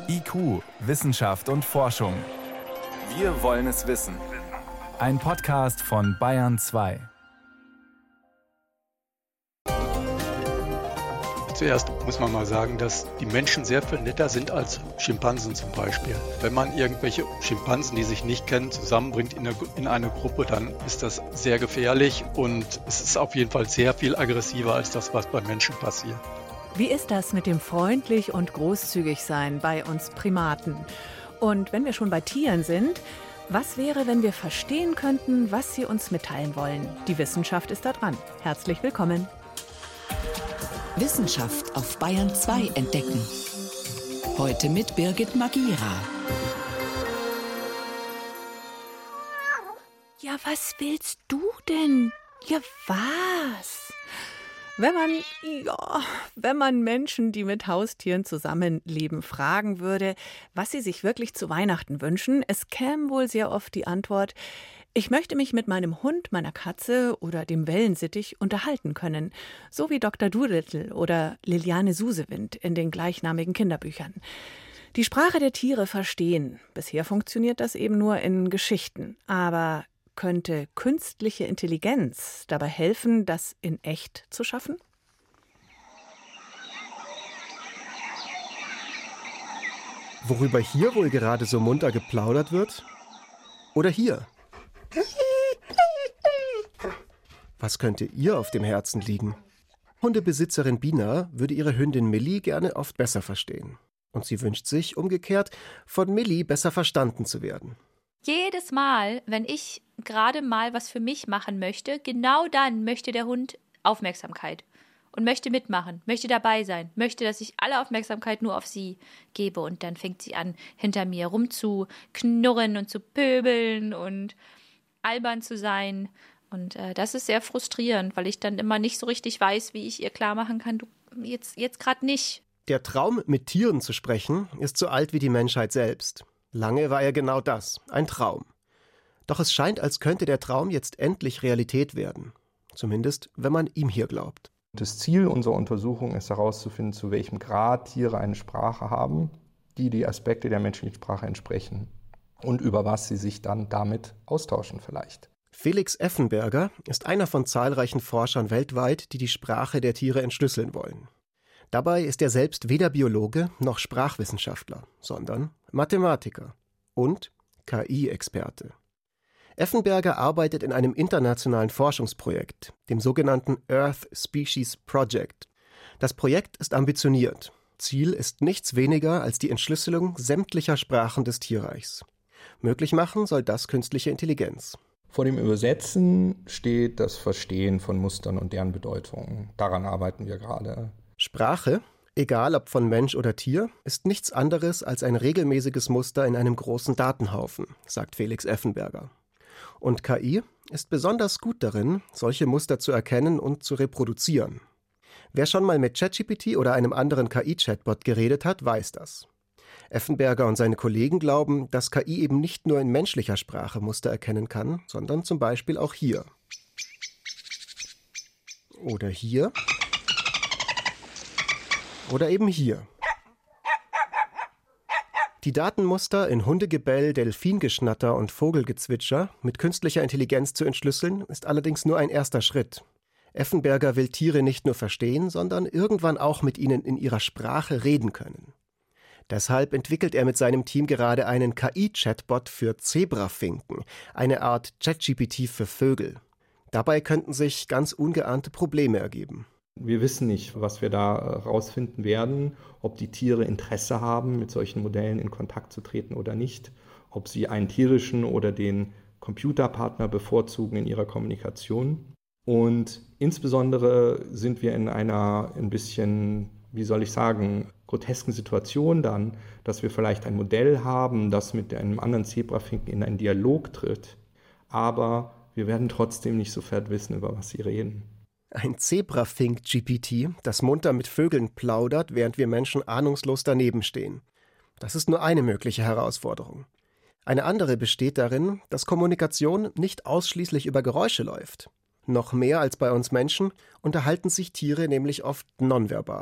IQ, Wissenschaft und Forschung. Wir wollen es wissen. Ein Podcast von Bayern 2. Zuerst muss man mal sagen, dass die Menschen sehr viel netter sind als Schimpansen zum Beispiel. Wenn man irgendwelche Schimpansen, die sich nicht kennen, zusammenbringt in eine Gruppe, dann ist das sehr gefährlich und es ist auf jeden Fall sehr viel aggressiver als das, was bei Menschen passiert. Wie ist das mit dem freundlich und großzügig sein bei uns Primaten? Und wenn wir schon bei Tieren sind, was wäre, wenn wir verstehen könnten, was sie uns mitteilen wollen? Die Wissenschaft ist da dran. Herzlich willkommen. Wissenschaft auf Bayern 2 entdecken. Heute mit Birgit Magira. Ja, was willst du denn? Ja, was? Wenn man Menschen, die mit Haustieren zusammenleben, fragen würde, was sie sich wirklich zu Weihnachten wünschen, es käme wohl sehr oft die Antwort: Ich möchte mich mit meinem Hund, meiner Katze oder dem Wellensittich unterhalten können, so wie Dr. Dolittle oder Liliane Susewind in den gleichnamigen Kinderbüchern. Die Sprache der Tiere verstehen. Bisher funktioniert das eben nur in Geschichten. Aber könnte künstliche Intelligenz dabei helfen, das in echt zu schaffen? Worüber hier wohl gerade so munter geplaudert wird? Oder hier? Was könnte ihr auf dem Herzen liegen? Hundebesitzerin Bina würde ihre Hündin Millie gerne oft besser verstehen. Und sie wünscht sich, umgekehrt, von Millie besser verstanden zu werden. Jedes Mal, wenn ich gerade mal was für mich machen möchte, genau dann möchte der Hund Aufmerksamkeit und möchte mitmachen, möchte dabei sein, möchte, dass ich alle Aufmerksamkeit nur auf sie gebe. Und dann fängt sie an, hinter mir rumzuknurren und zu pöbeln und albern zu sein. Und das ist sehr frustrierend, weil ich dann immer nicht so richtig weiß, wie ich ihr klar machen kann, du jetzt gerade nicht. Der Traum, mit Tieren zu sprechen, ist so alt wie die Menschheit selbst. Lange war er genau das, ein Traum. Doch es scheint, als könnte der Traum jetzt endlich Realität werden. Zumindest, wenn man ihm hier glaubt. Das Ziel unserer Untersuchung ist herauszufinden, zu welchem Grad Tiere eine Sprache haben, die Aspekte der menschlichen Sprache entsprechen und über was sie sich dann damit austauschen vielleicht. Felix Effenberger ist einer von zahlreichen Forschern weltweit, die die Sprache der Tiere entschlüsseln wollen. Dabei ist er selbst weder Biologe noch Sprachwissenschaftler, sondern Mathematiker und KI-Experte. Effenberger arbeitet in einem internationalen Forschungsprojekt, dem sogenannten Earth Species Project. Das Projekt ist ambitioniert. Ziel ist nichts weniger als die Entschlüsselung sämtlicher Sprachen des Tierreichs. Möglich machen soll das künstliche Intelligenz. Vor dem Übersetzen steht das Verstehen von Mustern und deren Bedeutungen. Daran arbeiten wir gerade. Sprache, egal ob von Mensch oder Tier, ist nichts anderes als ein regelmäßiges Muster in einem großen Datenhaufen, sagt Felix Effenberger. Und KI ist besonders gut darin, solche Muster zu erkennen und zu reproduzieren. Wer schon mal mit ChatGPT oder einem anderen KI-Chatbot geredet hat, weiß das. Effenberger und seine Kollegen glauben, dass KI eben nicht nur in menschlicher Sprache Muster erkennen kann, sondern zum Beispiel auch hier. Oder hier. Oder eben hier. Die Datenmuster in Hundegebell, Delfingeschnatter und Vogelgezwitscher mit künstlicher Intelligenz zu entschlüsseln, ist allerdings nur ein erster Schritt. Effenberger will Tiere nicht nur verstehen, sondern irgendwann auch mit ihnen in ihrer Sprache reden können. Deshalb entwickelt er mit seinem Team gerade einen KI-Chatbot für Zebrafinken, eine Art ChatGPT für Vögel. Dabei könnten sich ganz ungeahnte Probleme ergeben. Wir wissen nicht, was wir da rausfinden werden, ob die Tiere Interesse haben, mit solchen Modellen in Kontakt zu treten oder nicht, ob sie einen tierischen oder den Computerpartner bevorzugen in ihrer Kommunikation. Und insbesondere sind wir in einer ein bisschen, wie soll ich sagen, grotesken Situation dann, dass wir vielleicht ein Modell haben, das mit einem anderen Zebrafinken in einen Dialog tritt, aber wir werden trotzdem nicht sofort wissen, über was sie reden. Ein Zebrafink-GPT, das munter mit Vögeln plaudert, während wir Menschen ahnungslos daneben stehen. Das ist nur eine mögliche Herausforderung. Eine andere besteht darin, dass Kommunikation nicht ausschließlich über Geräusche läuft. Noch mehr als bei uns Menschen unterhalten sich Tiere nämlich oft nonverbal.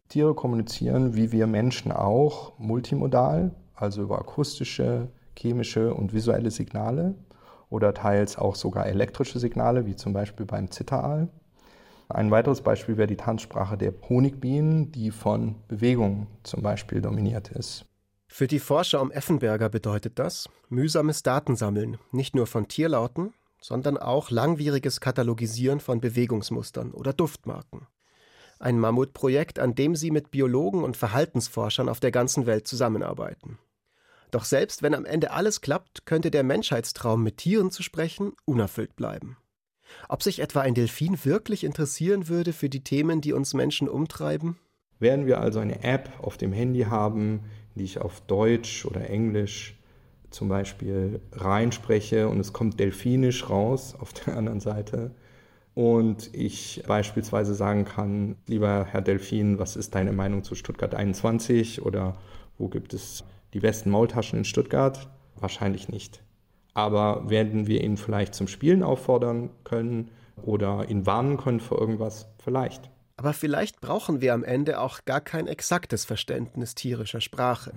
Tiere kommunizieren, wie wir Menschen auch, multimodal, also über akustische, chemische und visuelle Signale oder teils auch sogar elektrische Signale, wie zum Beispiel beim Zitteraal. Ein weiteres Beispiel wäre die Tanzsprache der Honigbienen, die von Bewegung zum Beispiel dominiert ist. Für die Forscher um Effenberger bedeutet das mühsames Datensammeln, nicht nur von Tierlauten, sondern auch langwieriges Katalogisieren von Bewegungsmustern oder Duftmarken. Ein Mammutprojekt, an dem sie mit Biologen und Verhaltensforschern auf der ganzen Welt zusammenarbeiten. Doch selbst wenn am Ende alles klappt, könnte der Menschheitstraum, mit Tieren zu sprechen, unerfüllt bleiben. Ob sich etwa ein Delfin wirklich interessieren würde für die Themen, die uns Menschen umtreiben? Werden wir also eine App auf dem Handy haben, die ich auf Deutsch oder Englisch zum Beispiel reinspreche und es kommt delfinisch raus auf der anderen Seite und ich beispielsweise sagen kann, lieber Herr Delfin, was ist deine Meinung zu Stuttgart 21 oder wo gibt es die besten Maultaschen in Stuttgart? Wahrscheinlich nicht. Aber werden wir ihn vielleicht zum Spielen auffordern können oder ihn warnen können vor irgendwas? Vielleicht. Aber vielleicht brauchen wir am Ende auch gar kein exaktes Verständnis tierischer Sprache.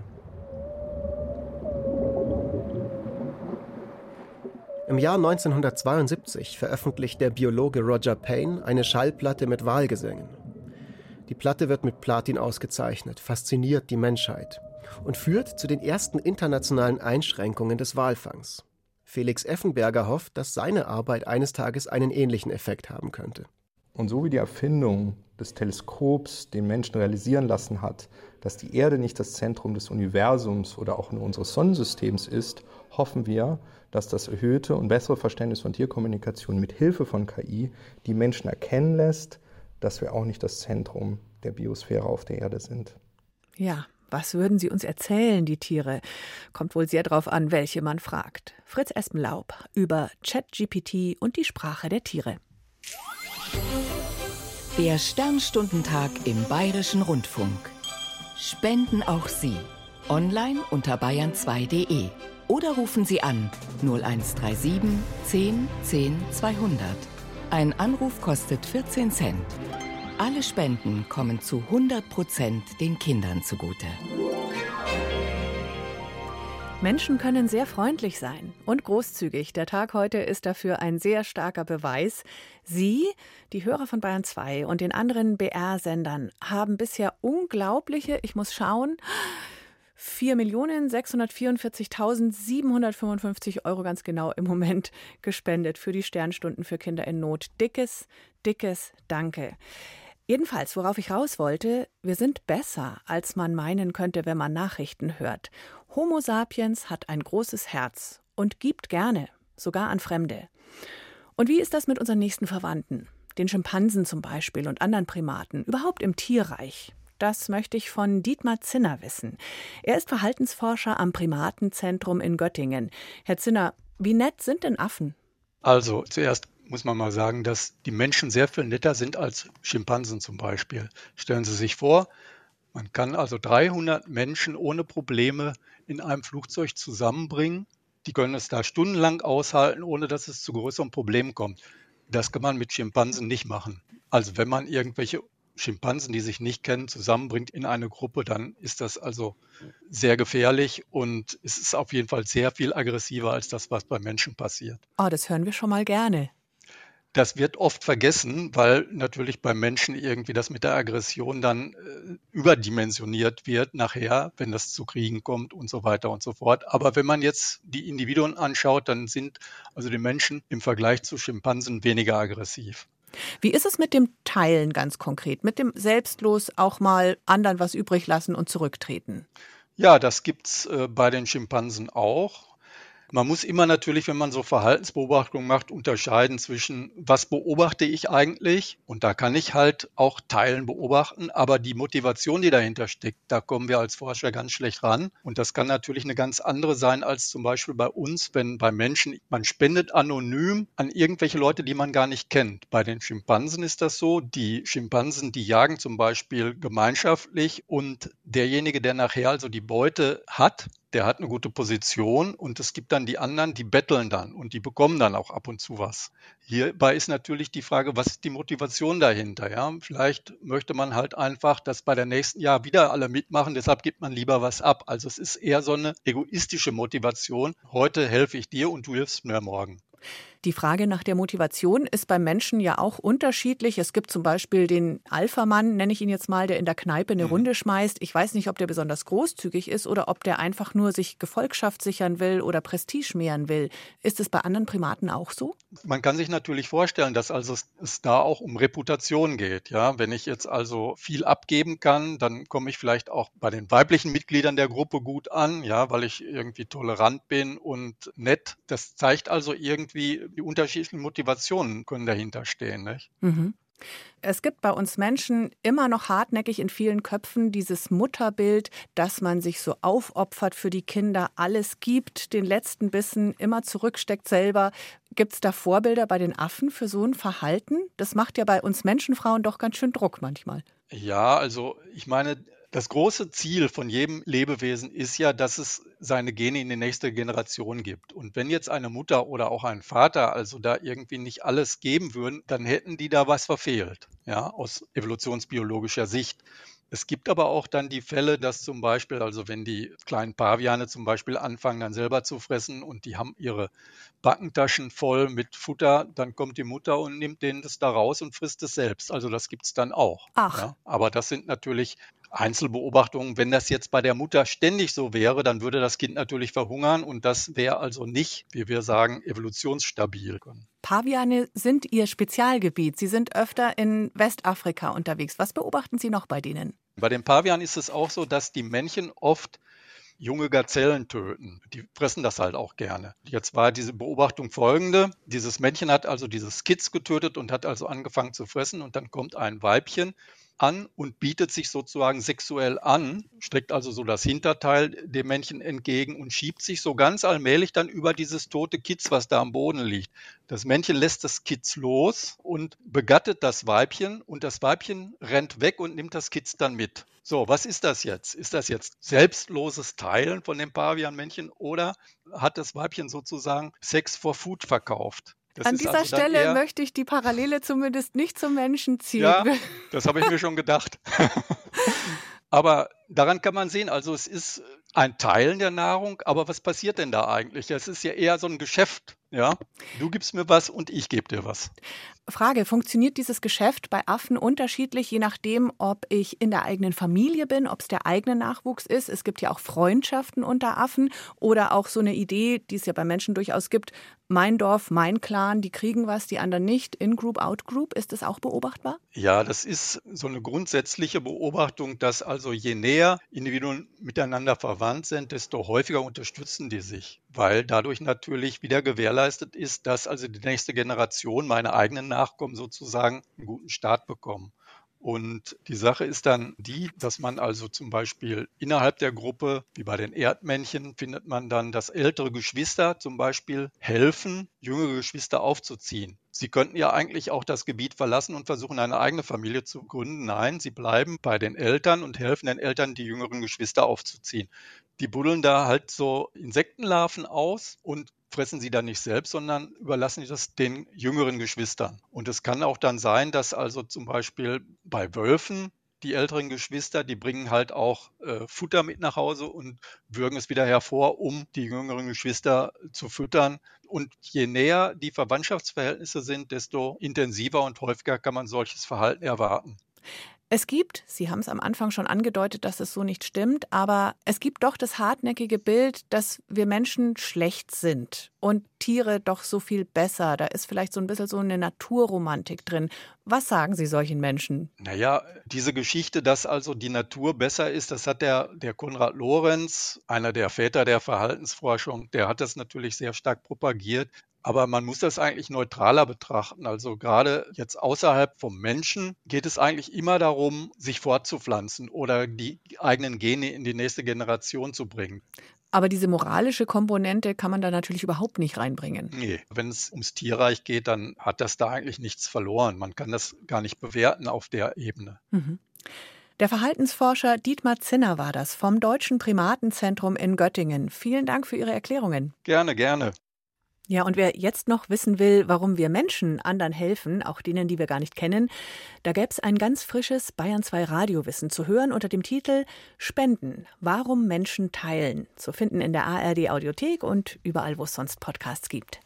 Im Jahr 1972 veröffentlicht der Biologe Roger Payne eine Schallplatte mit Walgesängen. Die Platte wird mit Platin ausgezeichnet, fasziniert die Menschheit und führt zu den ersten internationalen Einschränkungen des Walfangs. Felix Effenberger hofft, dass seine Arbeit eines Tages einen ähnlichen Effekt haben könnte. Und so wie die Erfindung des Teleskops den Menschen realisieren lassen hat, dass die Erde nicht das Zentrum des Universums oder auch nur unseres Sonnensystems ist, hoffen wir, dass das erhöhte und bessere Verständnis von Tierkommunikation mit Hilfe von KI die Menschen erkennen lässt, dass wir auch nicht das Zentrum der Biosphäre auf der Erde sind. Ja, was würden sie uns erzählen, die Tiere? Kommt wohl sehr darauf an, welche man fragt. Fritz Espenlaub über ChatGPT und die Sprache der Tiere. Der Sternstundentag im Bayerischen Rundfunk. Spenden auch Sie. Online unter bayern2.de. Oder rufen Sie an 0137 10 10 200. Ein Anruf kostet 14 Cent. Alle Spenden kommen zu 100% den Kindern zugute. Menschen können sehr freundlich sein und großzügig. Der Tag heute ist dafür ein sehr starker Beweis. Sie, die Hörer von Bayern 2 und den anderen BR-Sendern, haben bisher unglaubliche, ich muss schauen, 4.644.755 € ganz genau im Moment gespendet für die Sternstunden für Kinder in Not. Dickes, dickes Danke. Jedenfalls, worauf ich raus wollte, wir sind besser, als man meinen könnte, wenn man Nachrichten hört. Homo sapiens hat ein großes Herz und gibt gerne, sogar an Fremde. Und wie ist das mit unseren nächsten Verwandten? Den Schimpansen zum Beispiel und anderen Primaten, überhaupt im Tierreich? Das möchte ich von Dietmar Zinner wissen. Er ist Verhaltensforscher am Primatenzentrum in Göttingen. Herr Zinner, wie nett sind denn Affen? Also zuerst muss man mal sagen, dass die Menschen sehr viel netter sind als Schimpansen zum Beispiel. Stellen Sie sich vor, man kann also 300 Menschen ohne Probleme in einem Flugzeug zusammenbringen. Die können es da stundenlang aushalten, ohne dass es zu größeren Problemen kommt. Das kann man mit Schimpansen nicht machen. Also wenn man irgendwelche Schimpansen, die sich nicht kennen, zusammenbringt in eine Gruppe, dann ist das also sehr gefährlich und es ist auf jeden Fall sehr viel aggressiver als das, was bei Menschen passiert. Oh, das hören wir schon mal gerne. Das wird oft vergessen, weil natürlich beim Menschen irgendwie das mit der Aggression dann überdimensioniert wird nachher, wenn das zu Kriegen kommt und so weiter und so fort. Aber wenn man jetzt die Individuen anschaut, dann sind also die Menschen im Vergleich zu Schimpansen weniger aggressiv. Wie ist es mit dem Teilen ganz konkret? Mit dem selbstlos auch mal anderen was übrig lassen und zurücktreten? Ja, das gibt's bei den Schimpansen auch. Man muss immer natürlich, wenn man so Verhaltensbeobachtungen macht, unterscheiden zwischen, was beobachte ich eigentlich? Und da kann ich halt auch Teilen beobachten, aber die Motivation, die dahinter steckt, da kommen wir als Forscher ganz schlecht ran. Und das kann natürlich eine ganz andere sein als zum Beispiel bei uns, wenn bei Menschen, man spendet anonym an irgendwelche Leute, die man gar nicht kennt. Bei den Schimpansen ist das so, die Schimpansen, die jagen zum Beispiel gemeinschaftlich und derjenige, der nachher also die Beute hat, der hat eine gute Position und es gibt dann die anderen, die betteln dann und die bekommen dann auch ab und zu was. Hierbei ist natürlich die Frage, was ist die Motivation dahinter? Ja? Vielleicht möchte man halt einfach, dass bei der nächsten Jahr wieder alle mitmachen, deshalb gibt man lieber was ab. Also es ist eher so eine egoistische Motivation. Heute helfe ich dir und du hilfst mir morgen. Die Frage nach der Motivation ist beim Menschen ja auch unterschiedlich. Es gibt zum Beispiel den Alpha-Mann, nenne ich ihn jetzt mal, der in der Kneipe eine Runde schmeißt. Ich weiß nicht, ob der besonders großzügig ist oder ob der einfach nur sich Gefolgschaft sichern will oder Prestige mehren will. Ist es bei anderen Primaten auch so? Man kann sich natürlich vorstellen, dass also es da auch um Reputation geht. Ja? Wenn ich jetzt also viel abgeben kann, dann komme ich vielleicht auch bei den weiblichen Mitgliedern der Gruppe gut an, ja, weil ich irgendwie tolerant bin und nett. Das zeigt also irgendwie, die unterschiedlichen Motivationen können dahinter stehen. Nicht? Mhm. Es gibt bei uns Menschen immer noch hartnäckig in vielen Köpfen dieses Mutterbild, dass man sich so aufopfert für die Kinder, alles gibt, den letzten Bissen immer zurücksteckt selber. Gibt es da Vorbilder bei den Affen für so ein Verhalten? Das macht ja bei uns Menschenfrauen doch ganz schön Druck manchmal. Ja, also ich meine, das große Ziel von jedem Lebewesen ist ja, dass es seine Gene in die nächste Generation gibt. Und wenn jetzt eine Mutter oder auch ein Vater also da irgendwie nicht alles geben würden, dann hätten die da was verfehlt, ja, aus evolutionsbiologischer Sicht. Es gibt aber auch dann die Fälle, dass zum Beispiel, also wenn die kleinen Paviane zum Beispiel anfangen dann selber zu fressen und die haben ihre Backentaschen voll mit Futter, dann kommt die Mutter und nimmt denen das da raus und frisst es selbst. Also das gibt es dann auch. Ach. Ja. Aber das sind natürlich Einzelbeobachtungen. Wenn das jetzt bei der Mutter ständig so wäre, dann würde das Kind natürlich verhungern und das wäre also nicht, wie wir sagen, evolutionsstabil. Paviane sind Ihr Spezialgebiet. Sie sind öfter in Westafrika unterwegs. Was beobachten Sie noch bei denen? Bei den Pavianen ist es auch so, dass die Männchen oft junge Gazellen töten. Die fressen das halt auch gerne. Jetzt war diese Beobachtung folgende. Dieses Männchen hat also dieses Kitz getötet und hat also angefangen zu fressen und dann kommt ein Weibchen an und bietet sich sozusagen sexuell an, streckt also so das Hinterteil dem Männchen entgegen und schiebt sich so ganz allmählich dann über dieses tote Kitz, was da am Boden liegt. Das Männchen lässt das Kitz los und begattet das Weibchen und das Weibchen rennt weg und nimmt das Kitz dann mit. So, was ist das jetzt? Ist das jetzt selbstloses Teilen von dem Pavianmännchen oder hat das Weibchen sozusagen Sex for Food verkauft? Das An ist dieser also dann Stelle eher, möchte ich die Parallele zumindest nicht zum Menschen ziehen. ja, das habe ich mir schon gedacht. Aber daran kann man sehen, also es ist ein Teilen der Nahrung, aber was passiert denn da eigentlich? Es ist ja eher so ein Geschäft, ja. Du gibst mir was und ich gebe dir was. Frage, funktioniert dieses Geschäft bei Affen unterschiedlich, je nachdem, ob ich in der eigenen Familie bin, ob es der eigene Nachwuchs ist? Es gibt ja auch Freundschaften unter Affen oder auch so eine Idee, die es ja bei Menschen durchaus gibt, mein Dorf, mein Clan, die kriegen was, die anderen nicht, In-Group, Out-Group. Ist das auch beobachtbar? Ja, das ist so eine grundsätzliche Beobachtung, dass also je näher Individuen miteinander verwandt sind, desto häufiger unterstützen die sich, weil dadurch natürlich wieder gewährleistet ist, dass also die nächste Generation, meine eigenen Nachkommen sozusagen, einen guten Start bekommen. Und die Sache ist dann die, dass man also zum Beispiel innerhalb der Gruppe, wie bei den Erdmännchen, findet man dann, dass ältere Geschwister zum Beispiel helfen, jüngere Geschwister aufzuziehen. Sie könnten ja eigentlich auch das Gebiet verlassen und versuchen, eine eigene Familie zu gründen. Nein, sie bleiben bei den Eltern und helfen den Eltern, die jüngeren Geschwister aufzuziehen. Die buddeln da halt so Insektenlarven aus und fressen sie dann nicht selbst, sondern überlassen das den jüngeren Geschwistern. Und es kann auch dann sein, dass also zum Beispiel bei Wölfen die älteren Geschwister, die bringen halt auch Futter mit nach Hause und würgen es wieder hervor, um die jüngeren Geschwister zu füttern. Und je näher die Verwandtschaftsverhältnisse sind, desto intensiver und häufiger kann man solches Verhalten erwarten. Es gibt, Sie haben es am Anfang schon angedeutet, dass es so nicht stimmt, aber es gibt doch das hartnäckige Bild, dass wir Menschen schlecht sind und Tiere doch so viel besser. Da ist vielleicht so ein bisschen so eine Naturromantik drin. Was sagen Sie solchen Menschen? Naja, diese Geschichte, dass also die Natur besser ist, das hat der Konrad Lorenz, einer der Väter der Verhaltensforschung, der hat das natürlich sehr stark propagiert. Aber man muss das eigentlich neutraler betrachten. Also gerade jetzt außerhalb vom Menschen geht es eigentlich immer darum, sich fortzupflanzen oder die eigenen Gene in die nächste Generation zu bringen. Aber diese moralische Komponente kann man da natürlich überhaupt nicht reinbringen. Nee, wenn es ums Tierreich geht, dann hat das da eigentlich nichts verloren. Man kann das gar nicht bewerten auf der Ebene. Mhm. Der Verhaltensforscher Dietmar Zinner war das vom Deutschen Primatenzentrum in Göttingen. Vielen Dank für Ihre Erklärungen. Gerne, gerne. Ja, und wer jetzt noch wissen will, warum wir Menschen anderen helfen, auch denen, die wir gar nicht kennen, da gäbe es ein ganz frisches Bayern 2 Radiowissen zu hören unter dem Titel Spenden, warum Menschen teilen, zu finden in der ARD Audiothek und überall, wo es sonst Podcasts gibt.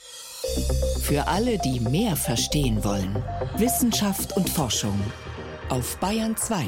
Für alle, die mehr verstehen wollen. Wissenschaft und Forschung auf Bayern 2.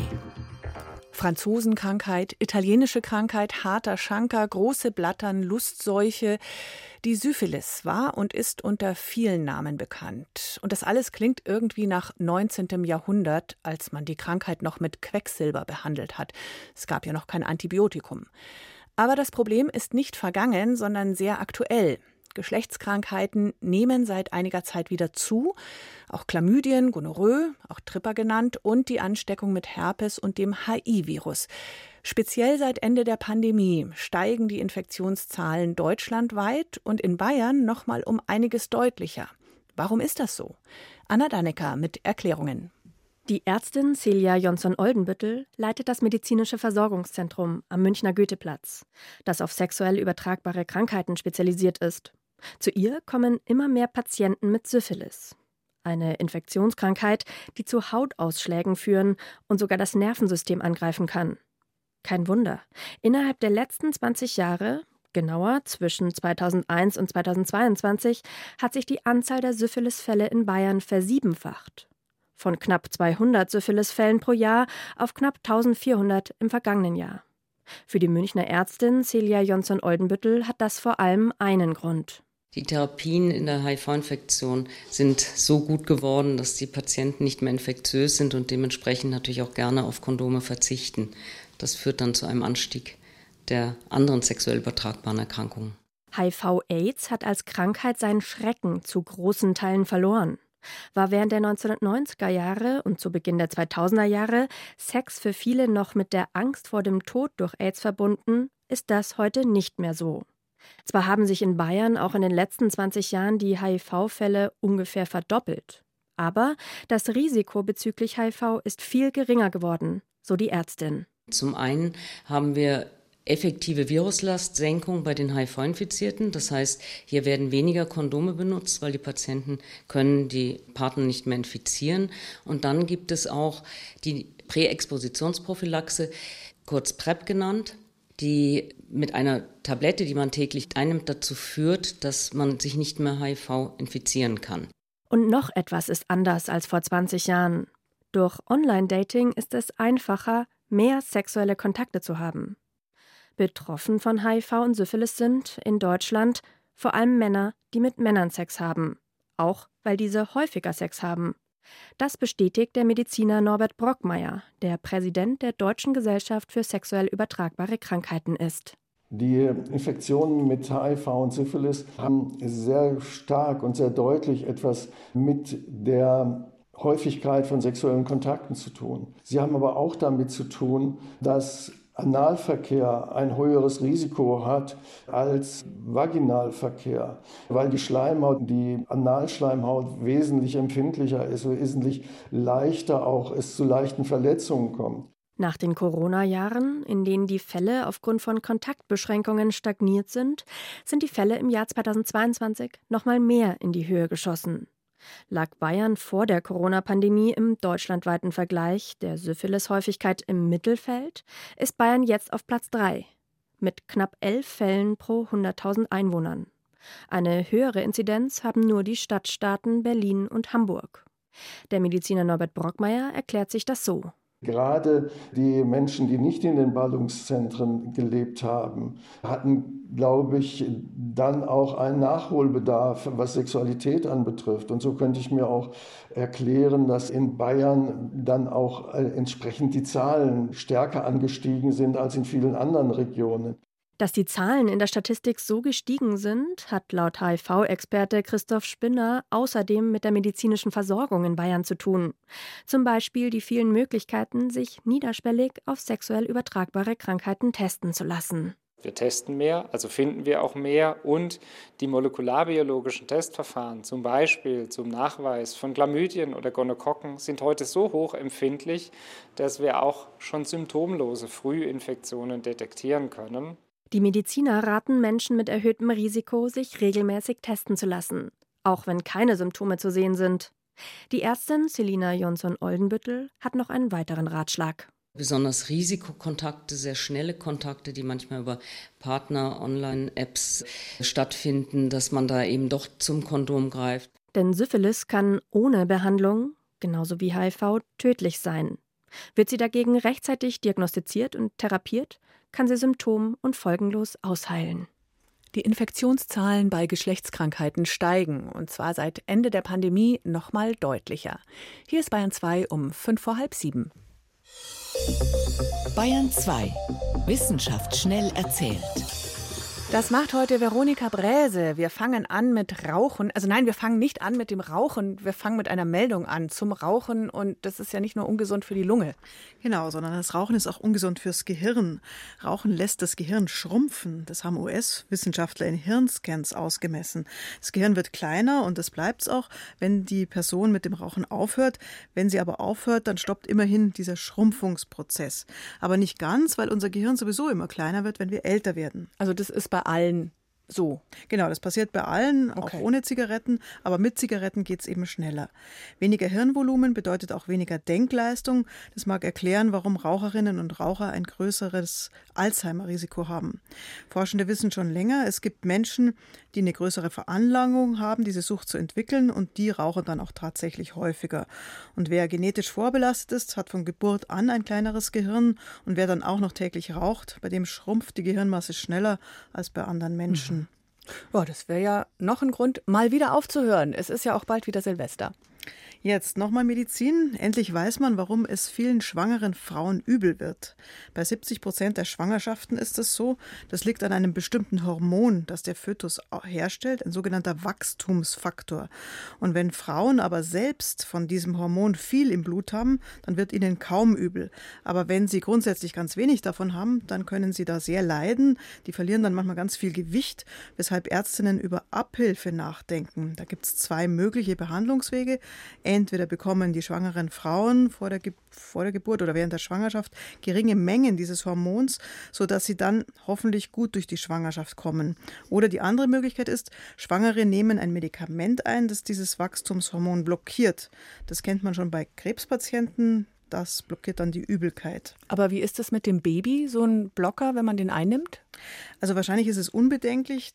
Franzosenkrankheit, italienische Krankheit, harter Schanker, große Blattern, Lustseuche. Die Syphilis war und ist unter vielen Namen bekannt. Und das alles klingt irgendwie nach 19. Jahrhundert, als man die Krankheit noch mit Quecksilber behandelt hat. Es gab ja noch kein Antibiotikum. Aber das Problem ist nicht vergangen, sondern sehr aktuell. Geschlechtskrankheiten nehmen seit einiger Zeit wieder zu. Auch Chlamydien, Gonorrhoe, auch Tripper genannt, und die Ansteckung mit Herpes und dem HIV-Virus. Speziell seit Ende der Pandemie steigen die Infektionszahlen deutschlandweit und in Bayern noch mal um einiges deutlicher. Warum ist das so? Anna Dannecker mit Erklärungen. Die Ärztin Celia Jonsson-Oldenbüttel leitet das medizinische Versorgungszentrum am Münchner Goetheplatz, das auf sexuell übertragbare Krankheiten spezialisiert ist. Zu ihr kommen immer mehr Patienten mit Syphilis. Eine Infektionskrankheit, die zu Hautausschlägen führen und sogar das Nervensystem angreifen kann. Kein Wunder. Innerhalb der letzten 20 Jahre, genauer zwischen 2001 und 2022, hat sich die Anzahl der Syphilisfälle in Bayern versiebenfacht. Von knapp 200 Syphilisfällen pro Jahr auf knapp 1400 im vergangenen Jahr. Für die Münchner Ärztin Celia Jonsson-Oldenbüttel hat das vor allem einen Grund. Die Therapien in der HIV-Infektion sind so gut geworden, dass die Patienten nicht mehr infektiös sind und dementsprechend natürlich auch gerne auf Kondome verzichten. Das führt dann zu einem Anstieg der anderen sexuell übertragbaren Erkrankungen. HIV-Aids hat als Krankheit seinen Schrecken zu großen Teilen verloren. War während der 1990er Jahre und zu Beginn der 2000er Jahre Sex für viele noch mit der Angst vor dem Tod durch AIDS verbunden, ist das heute nicht mehr so. Zwar haben sich in Bayern auch in den letzten 20 Jahren die HIV-Fälle ungefähr verdoppelt, aber das Risiko bezüglich HIV ist viel geringer geworden, so die Ärztin. Zum einen haben wir effektive Viruslastsenkung bei den HIV-Infizierten. Das heißt, hier werden weniger Kondome benutzt, weil die Patienten können die Partner nicht mehr infizieren. Und dann gibt es auch die Präexpositionsprophylaxe, kurz PrEP genannt, die mit einer Tablette, die man täglich einnimmt, dazu führt, dass man sich nicht mehr HIV infizieren kann. Und noch etwas ist anders als vor 20 Jahren. Durch Online-Dating ist es einfacher, mehr sexuelle Kontakte zu haben. Betroffen von HIV und Syphilis sind in Deutschland vor allem Männer, die mit Männern Sex haben. Auch weil diese häufiger Sex haben. Das bestätigt der Mediziner Norbert Brockmeier, der Präsident der Deutschen Gesellschaft für sexuell übertragbare Krankheiten ist. Die Infektionen mit HIV und Syphilis haben sehr stark und sehr deutlich etwas mit der Häufigkeit von sexuellen Kontakten zu tun. Sie haben aber auch damit zu tun, dass Analverkehr ein höheres Risiko hat als Vaginalverkehr, weil die Schleimhaut, die Analschleimhaut wesentlich empfindlicher ist und wesentlich leichter auch es zu leichten Verletzungen kommt. Nach den Corona-Jahren, in denen die Fälle aufgrund von Kontaktbeschränkungen stagniert sind, sind die Fälle im Jahr 2022 noch mal mehr in die Höhe geschossen. Lag Bayern vor der Corona-Pandemie im deutschlandweiten Vergleich der Syphilis-Häufigkeit im Mittelfeld, ist Bayern jetzt auf Platz 3 mit knapp 11 Fällen pro 100.000 Einwohnern. Eine höhere Inzidenz haben nur die Stadtstaaten Berlin und Hamburg. Der Mediziner Norbert Brockmeier erklärt sich das so. Gerade die Menschen, die nicht in den Ballungszentren gelebt haben, hatten, glaube ich, dann auch einen Nachholbedarf, was Sexualität anbetrifft. Und so könnte ich mir auch erklären, dass in Bayern dann auch entsprechend die Zahlen stärker angestiegen sind als in vielen anderen Regionen. Dass die Zahlen in der Statistik so gestiegen sind, hat laut HIV-Experte Christoph Spinner außerdem mit der medizinischen Versorgung in Bayern zu tun. Zum Beispiel die vielen Möglichkeiten, sich niederschwellig auf sexuell übertragbare Krankheiten testen zu lassen. Wir testen mehr, also finden wir auch mehr, und die molekularbiologischen Testverfahren, zum Beispiel zum Nachweis von Chlamydien oder Gonokokken, sind heute so hoch empfindlich, dass wir auch schon symptomlose Frühinfektionen detektieren können. Die Mediziner raten Menschen mit erhöhtem Risiko, sich regelmäßig testen zu lassen, auch wenn keine Symptome zu sehen sind. Die Ärztin Selina Jonsson-Oldenbüttel hat noch einen weiteren Ratschlag. Besonders Risikokontakte, sehr schnelle Kontakte, die manchmal über Partner-Online-Apps stattfinden, dass man da eben doch zum Kondom greift. Denn Syphilis kann ohne Behandlung, genauso wie HIV, tödlich sein. Wird sie dagegen rechtzeitig diagnostiziert und therapiert, kann sie symptom- und folgenlos ausheilen. Die Infektionszahlen bei Geschlechtskrankheiten steigen, und zwar seit Ende der Pandemie noch mal deutlicher. Hier ist Bayern 2 um 6:05. Bayern 2. Wissenschaft schnell erzählt. Das macht heute Veronika Bräse. Wir fangen an mit Rauchen. Also nein, wir fangen nicht an mit dem Rauchen. Wir fangen mit einer Meldung an zum Rauchen. Und das ist ja nicht nur ungesund für die Lunge. Genau, sondern das Rauchen ist auch ungesund fürs Gehirn. Rauchen lässt das Gehirn schrumpfen. Das haben US-Wissenschaftler in Hirnscans ausgemessen. Das Gehirn wird kleiner, und das bleibt es auch, wenn die Person mit dem Rauchen aufhört. Wenn sie aber aufhört, dann stoppt immerhin dieser Schrumpfungsprozess. Aber nicht ganz, weil unser Gehirn sowieso immer kleiner wird, wenn wir älter werden. Also das ist bei allen so. Genau, das passiert bei allen, auch ohne Zigaretten, aber mit Zigaretten geht es eben schneller. Weniger Hirnvolumen bedeutet auch weniger Denkleistung. Das mag erklären, warum Raucherinnen und Raucher ein größeres Alzheimer-Risiko haben. Forschende wissen schon länger, es gibt Menschen, die eine größere Veranlagung haben, diese Sucht zu entwickeln, und die rauchen dann auch tatsächlich häufiger. Und wer genetisch vorbelastet ist, hat von Geburt an ein kleineres Gehirn, und wer dann auch noch täglich raucht, bei dem schrumpft die Gehirnmasse schneller als bei anderen Menschen. Ja, das wäre ja noch ein Grund, mal wieder aufzuhören. Es ist ja auch bald wieder Silvester. Jetzt nochmal Medizin. Endlich weiß man, warum es vielen schwangeren Frauen übel wird. Bei 70% der Schwangerschaften ist es so. Das liegt an einem bestimmten Hormon, das der Fötus herstellt, ein sogenannter Wachstumsfaktor. Und wenn Frauen aber selbst von diesem Hormon viel im Blut haben, dann wird ihnen kaum übel. Aber wenn sie grundsätzlich ganz wenig davon haben, dann können sie da sehr leiden. Die verlieren dann manchmal ganz viel Gewicht, weshalb Ärztinnen über Abhilfe nachdenken. Da gibt es 2 mögliche Behandlungswege. Entweder bekommen die schwangeren Frauen vor der Geburt oder während der Schwangerschaft geringe Mengen dieses Hormons, sodass sie dann hoffentlich gut durch die Schwangerschaft kommen. Oder die andere Möglichkeit ist, Schwangere nehmen ein Medikament ein, das dieses Wachstumshormon blockiert. Das kennt man schon bei Krebspatienten. Das blockiert dann die Übelkeit. Aber wie ist es mit dem Baby, so ein Blocker, wenn man den einnimmt? Also wahrscheinlich ist es unbedenklich.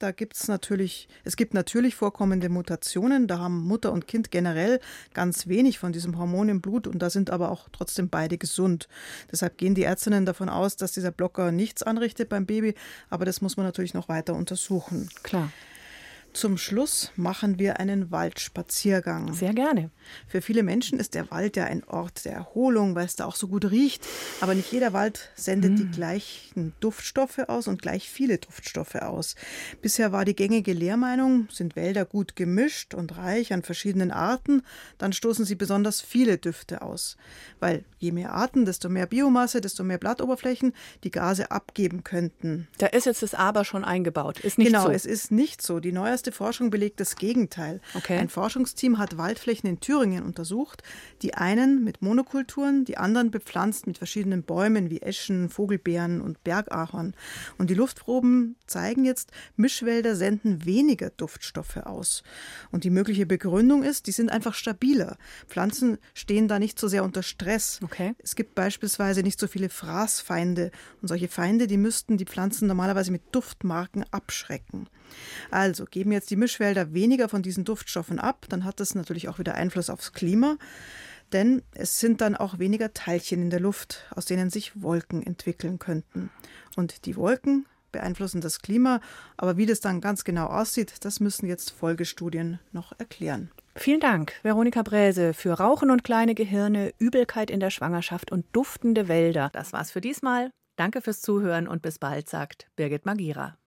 Es gibt natürlich vorkommende Mutationen. Da haben Mutter und Kind generell ganz wenig von diesem Hormon im Blut, und da sind aber auch trotzdem beide gesund. Deshalb gehen die Ärztinnen davon aus, dass dieser Blocker nichts anrichtet beim Baby, aber das muss man natürlich noch weiter untersuchen. Klar. Zum Schluss machen wir einen Waldspaziergang. Sehr gerne. Für viele Menschen ist der Wald ja ein Ort der Erholung, weil es da auch so gut riecht. Aber nicht jeder Wald sendet die gleichen Duftstoffe aus und gleich viele Duftstoffe aus. Bisher war die gängige Lehrmeinung, sind Wälder gut gemischt und reich an verschiedenen Arten, dann stoßen sie besonders viele Düfte aus. Weil je mehr Arten, desto mehr Biomasse, desto mehr Blattoberflächen die Gase abgeben könnten. Da ist jetzt das Aber schon eingebaut. Ist nicht genau, so. Es ist nicht so. Die neueste Forschung belegt das Gegenteil. Okay. Ein Forschungsteam hat Waldflächen in Thüringen untersucht. Die einen mit Monokulturen, die anderen bepflanzt mit verschiedenen Bäumen wie Eschen, Vogelbeeren und Bergahorn. Und die Luftproben zeigen jetzt, Mischwälder senden weniger Duftstoffe aus. Und die mögliche Begründung ist, die sind einfach stabiler. Pflanzen stehen da nicht so sehr unter Stress. Okay. Es gibt beispielsweise nicht so viele Fraßfeinde. Und solche Feinde, die müssten die Pflanzen normalerweise mit Duftmarken abschrecken. Also geben jetzt die Mischwälder weniger von diesen Duftstoffen ab, dann hat das natürlich auch wieder Einfluss aufs Klima, denn es sind dann auch weniger Teilchen in der Luft, aus denen sich Wolken entwickeln könnten. Und die Wolken beeinflussen das Klima, aber wie das dann ganz genau aussieht, das müssen jetzt Folgestudien noch erklären. Vielen Dank, Veronika Bräse, für Rauchen und kleine Gehirne, Übelkeit in der Schwangerschaft und duftende Wälder. Das war's für diesmal. Danke fürs Zuhören und bis bald, sagt Birgit Magira.